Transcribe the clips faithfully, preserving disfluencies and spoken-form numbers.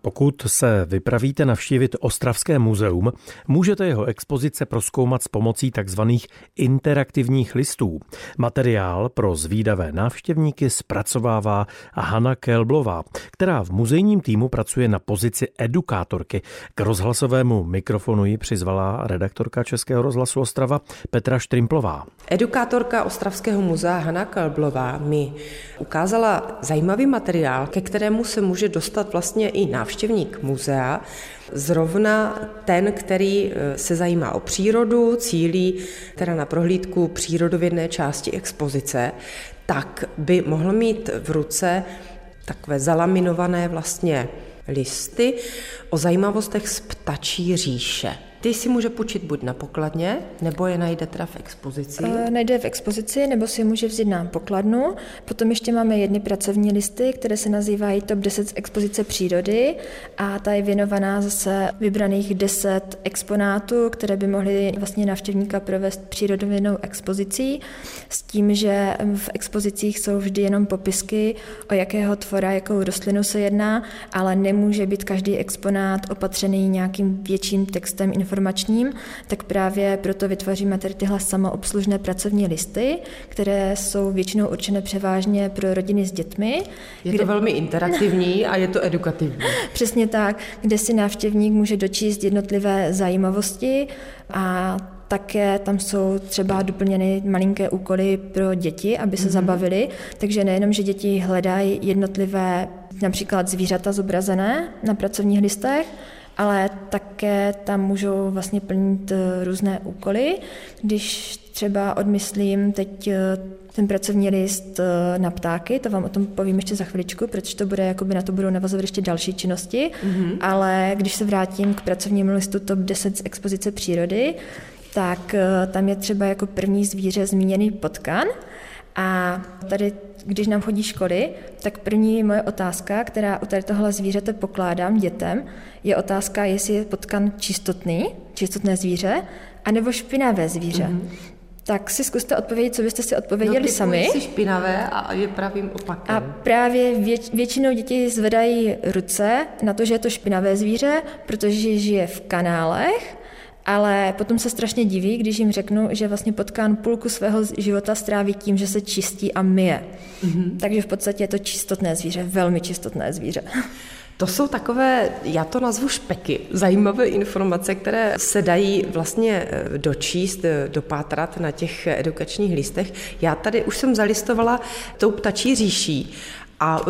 Pokud se vypravíte navštívit Ostravské muzeum, můžete jeho expozice prozkoumat s pomocí takzvaných interaktivních listů. Materiál pro zvídavé návštěvníky zpracovává Hana Kelblová, která v muzejním týmu pracuje na pozici edukátorky. K rozhlasovému mikrofonu ji přizvala redaktorka Českého rozhlasu Ostrava Petra Štrimplová. Edukátorka Ostravského muzea Hana Kelblová mi ukázala zajímavý materiál, ke kterému se může dostat vlastně i návštěvník muzea, zrovna ten, který se zajímá o přírodu, cílí teda na prohlídku přírodovědné části expozice, tak by mohl mít v ruce takové zalaminované vlastně listy o zajímavostech z ptačí říše. Ty si může půjčit buď na pokladně, nebo je najde teda v expozici? E, najde v expozici, nebo si je může vzít na pokladnu. Potom ještě máme jedny pracovní listy, které se nazývají top deset z expozice přírody a ta je věnovaná zase vybraných deset exponátů, které by mohly vlastně návštěvníka provést přírodovědnou expozicí s tím, že v expozicích jsou vždy jenom popisky, o jakého tvora, jakou rostlinu se jedná, ale nemůže být každý exponát opatřený nějakým větším textem informačním, tak právě proto vytvoříme tady tyhle samoobslužné pracovní listy, které jsou většinou určené převážně pro rodiny s dětmi. Je kde... to velmi interaktivní a je to edukativní. Přesně tak, kde si návštěvník může dočíst jednotlivé zajímavosti a také tam jsou třeba doplněny malinké úkoly pro děti, aby se mm-hmm. zabavili, takže nejenom, že děti hledají jednotlivé například zvířata zobrazené na pracovních listech, ale také tam můžou vlastně plnit různé úkoly. Když třeba odmyslím teď ten pracovní list na ptáky, to vám o tom povím ještě za chviličku, protože to bude, jakoby na to budou navazovat ještě další činnosti, mm-hmm. ale když se vrátím k pracovnímu listu top deset z expozice přírody, tak tam je třeba jako první zvíře zmíněný potkan a tady když nám chodí školy, tak první moje otázka, která u tady tohle zvířete pokládám dětem, je otázka, jestli je potkan čistotný, čistotné zvěře, anebo špinavé zvíře. Mm-hmm. Tak si zkuste odpovědět, co byste si odpověděli no, sami. No, špinavé a je pravým opakem. A právě věč, většinou děti zvedají ruce na to, že je to špinavé zvíře, protože žije v kanálech, ale potom se strašně diví, když jim řeknu, že vlastně potkan půlku svého života stráví tím, že se čistí a myje. Mm-hmm. Takže v podstatě je to čistotné zvíře, velmi čistotné zvíře. To jsou takové, já to nazvu špeky, zajímavé informace, které se dají vlastně dočíst, dopátrat na těch edukačních listech. Já tady už jsem zalistovala tou ptačí říší a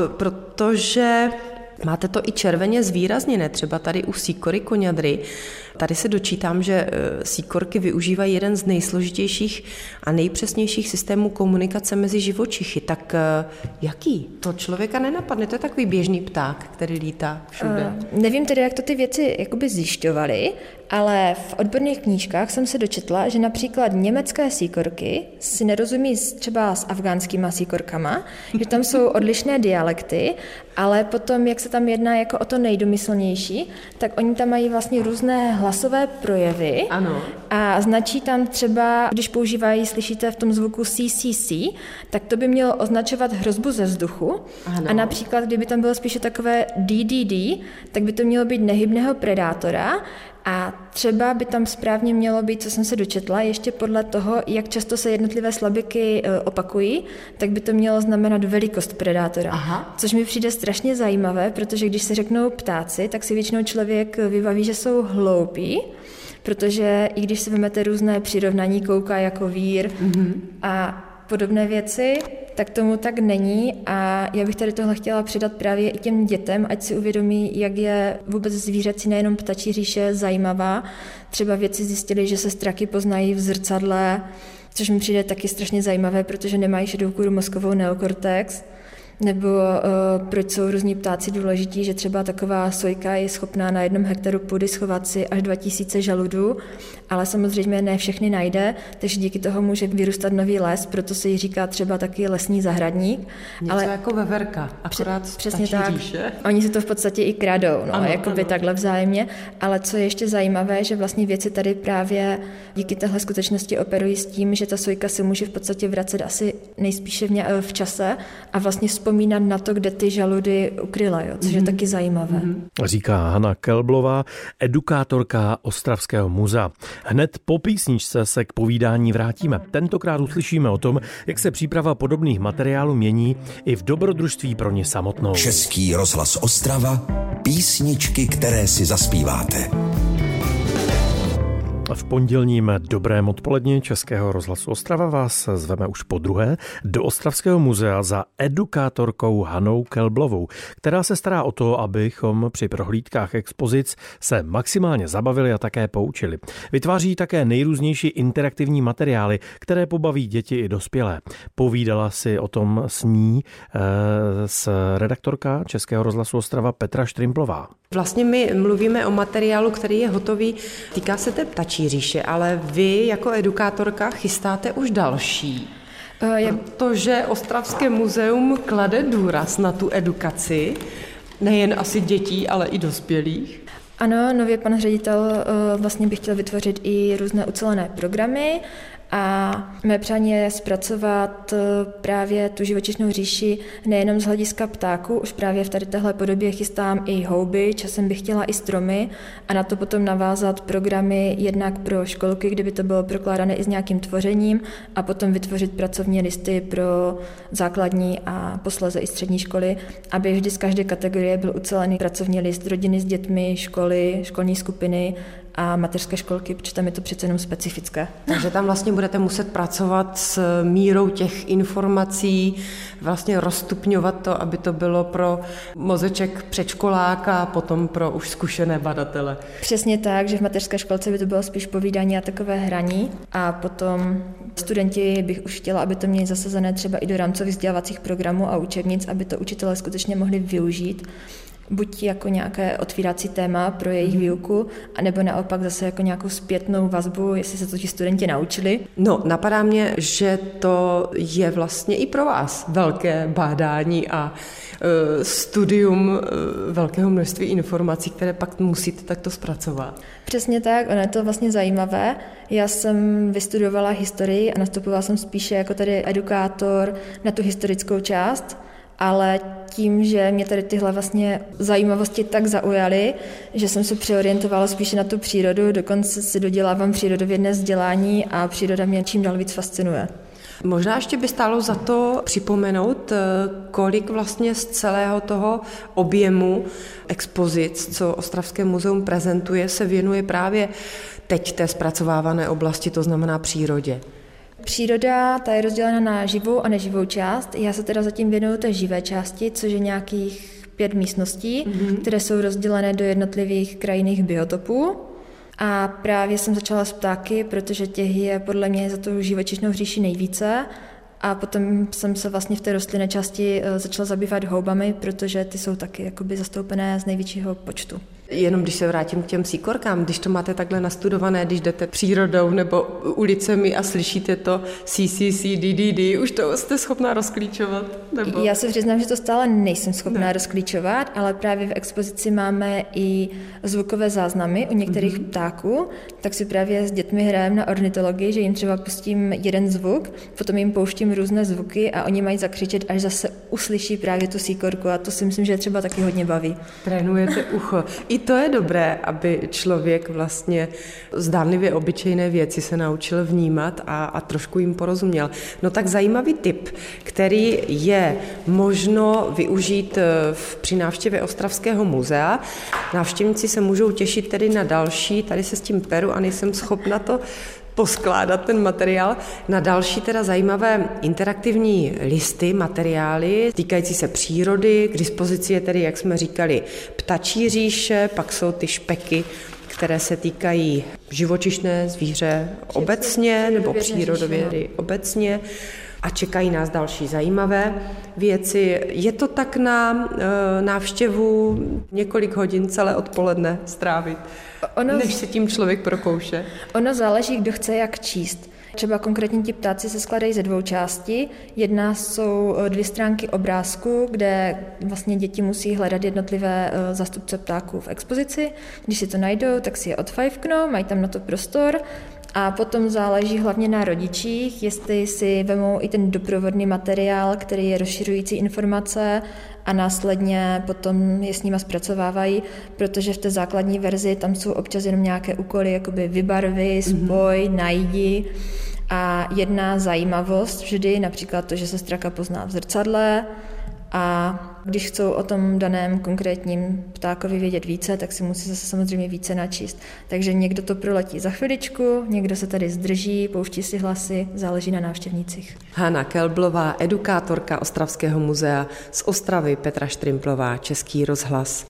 protože máte to i červeně zvýrazněné, třeba tady u síkory koňadry. Tady se dočítám, že síkorky využívají jeden z nejsložitějších a nejpřesnějších systémů komunikace mezi živočichy. Tak jaký? To člověka nenapadne, to je takový běžný pták, který lítá všude. Uh, nevím tedy, jak to ty věci jakoby zjišťovaly, ale v odborných knížkách jsem se dočetla, že například německé síkorky si nerozumí třeba s afgánskýma síkorkama, že tam jsou odlišné dialekty, ale potom, jak se tam jedná jako o to nejdomyslnější, tak oni tam mají vlastně různé hlasové projevy. Ano. A značí tam třeba, když používají, slyšíte v tom zvuku C C C, tak to by mělo označovat hrozbu ze vzduchu. Ano. A například, kdyby tam bylo spíše takové D D D, tak by to mělo být nehybného predátora. A třeba by tam správně mělo být, co jsem se dočetla, ještě podle toho, jak často se jednotlivé slabiky opakují, tak by to mělo znamenat velikost predátora. Aha. Což mi přijde strašně zajímavé, protože když se řeknou ptáci, tak si většinou člověk vybaví, že jsou hloupí, protože i když si vezmete různé přirovnání, kouká jako vír mm-hmm. a podobné věci, tak tomu tak není a já bych tady tohle chtěla předat právě i těm dětem, ať si uvědomí, jak je vůbec zvířecí, nejenom ptačí říše, zajímavá. Třeba vědci zjistili, že se straky poznají v zrcadle, což mi přijde taky strašně zajímavé, protože nemají šedou kůru mozkovou neokortex. Nebo uh, proč jsou různí ptáci důležití, že třeba taková sojka je schopná na jednom hektaru půdy schovat si až dva tisíce žaludů, ale samozřejmě ne všechny najde, takže díky toho může vyrůstat nový les, proto se jí říká třeba taky lesní zahradník. Něco ale jako veverka, akorát pře- přesně tak. Říše. Oni si to v podstatě i kradou, no, ano, jakoby ano. takhle vzájemně, ale co je ještě zajímavé, že vlastně věci tady právě díky téhle skutečnosti operují s tím, že ta sojka se může v podstatě vracet asi nejspíše v, ně- v čase a vlastně vzpomínat na to, kde ty žaludy ukryla, jo, což mm-hmm. je taky zajímavé. Mm-hmm. Říká Hana Kelblová, edukátorka Ostravského muzea. Hned po písničce se k povídání vrátíme. Tentokrát uslyšíme o tom, jak se příprava podobných materiálů mění i v dobrodružství pro ně samotnou. Český rozhlas Ostrava, písničky, které si zaspíváte. V pondělním dobrém odpoledni Českého rozhlasu Ostrava vás zveme už po druhé do Ostravského muzea za edukátorkou Hanou Kelblovou, která se stará o to, abychom při prohlídkách expozic se maximálně zabavili a také poučili. Vytváří také nejrůznější interaktivní materiály, které pobaví děti i dospělé. Povídala si o tom s ní e, s redaktorka Českého rozhlasu Ostrava Petra Štrimplová. Vlastně my mluvíme o materiálu, který je hotový, týká se té ptačí říše, ale vy jako edukátorka chystáte už další. Protože Ostravské muzeum klade důraz na tu edukaci, nejen asi dětí, ale i dospělých. Ano, nově pan ředitel vlastně by chtěl vytvořit i různé ucelené programy a mé přání je zpracovat právě tu živočišnou říši nejenom z hlediska ptáků, už právě v tady téhle podobě chystám i houby, časem bych chtěla i stromy a na to potom navázat programy jednak pro školky, kde by to bylo prokládané i s nějakým tvořením a potom vytvořit pracovní listy pro základní a posléze i střední školy, aby vždy z každé kategorie byl ucelený pracovní list rodiny s dětmi, školy, školní skupiny a mateřské školky, protože tam je to přece jenom specifické. Takže tam vlastně budete muset pracovat s mírou těch informací, vlastně rozstupňovat to, aby to bylo pro mozeček předškoláka a potom pro už zkušené badatele. Přesně tak, že v mateřské školce by to bylo spíš povídání a takové hraní a potom studenti bych už chtěla, aby to měli zasazené třeba i do rámcových vzdělávacích programů a učebnic, aby to učitelé skutečně mohli využít. Buď jako nějaké otvírací téma pro jejich výuku, anebo naopak zase jako nějakou zpětnou vazbu, jestli se to ti studenti naučili. No, napadá mě, že to je vlastně i pro vás velké bádání a e, studium e, velkého množství informací, které pak musíte takto zpracovat. Přesně tak, ono je to vlastně zajímavé. Já jsem vystudovala historii a nastupovala jsem spíše jako tady edukátor na tu historickou část, ale tím, že mě tady tyhle vlastně zajímavosti tak zaujaly, že jsem se přeorientovala spíše na tu přírodu, dokonce si dodělávám přírodovědné vzdělání a příroda mě čím dál víc fascinuje. Možná ještě by stálo za to připomenout, kolik vlastně z celého toho objemu expozic, co Ostravské muzeum prezentuje, se věnuje právě teď té zpracovávané oblasti, to znamená přírodě. Příroda, ta je rozdělena na živou a neživou část. Já se teda zatím věnuju té živé části, což je nějakých pět místností, mm-hmm. které jsou rozdělené do jednotlivých krajinných biotopů. A právě jsem začala s ptáky, protože těch je podle mě za tu živočišnou říši nejvíce. A potom jsem se vlastně v té rostlinné části začala zabývat houbami, protože ty jsou taky jakoby zastoupené z největšího počtu. Jenom když se vrátím k těm síkorkám, když to máte takhle nastudované, když jdete přírodou nebo ulicemi a slyšíte to C C C, D D D, už to jste schopná rozklíčovat? Nebo? Já se přiznám, že to stále nejsem schopná ne. rozklíčovat, ale právě v expozici máme i zvukové záznamy u některých mm-hmm. ptáků, tak si právě s dětmi hrajeme na ornitologii, že jim třeba pustím jeden zvuk, potom jim pouštím různé zvuky a oni mají zakřičet, až zase uslyší právě tu síkorku a to si myslím, že třeba taky hodně baví. Trénujete ucho. I to je dobré, aby člověk vlastně zdánlivě obyčejné věci se naučil vnímat a, a trošku jim porozuměl. No tak zajímavý tip, který je možno využít v, při návštěvě Ostravského muzea. Návštěvníci se můžou těšit tedy na další, tady se s tím peru a nejsem schopna to poskládat ten materiál na další teda zajímavé interaktivní listy, materiály týkající se přírody. K dispozici je tedy, jak jsme říkali, ptačí říše, pak jsou ty špeky, které se týkají živočišné zvíře obecně nebo přírodovědy obecně. A čekají nás další zajímavé věci. Je to tak na e, návštěvu několik hodin celé odpoledne strávit, ono, než se tím člověk prokouše? Ono záleží, kdo chce jak číst. Třeba konkrétně ti ptáci se skládají ze dvou částí. Jedna jsou dvě stránky obrázku, kde vlastně děti musí hledat jednotlivé zástupce ptáků v expozici. Když si to najdou, tak si je odfajfknou, mají tam na to prostor A potom záleží hlavně na rodičích, jestli si vemou i ten doprovodný materiál, který je rozšiřující informace a následně potom je s nima zpracovávají, protože v té základní verzi tam jsou občas jenom nějaké úkoly, jakoby vybarvy, spoj, mm-hmm. najdi. A jedna zajímavost vždy, například to, že se straka pozná v zrcadle, a když chcou o tom daném konkrétním ptákovi vědět více, tak si musí zase samozřejmě více načíst. Takže někdo to proletí za chviličku, někdo se tady zdrží, pouští si hlasy, záleží na návštěvnících. Hana Kelblová, edukátorka Ostravského muzea, z Ostravy Petra Štrimplová, Český rozhlas.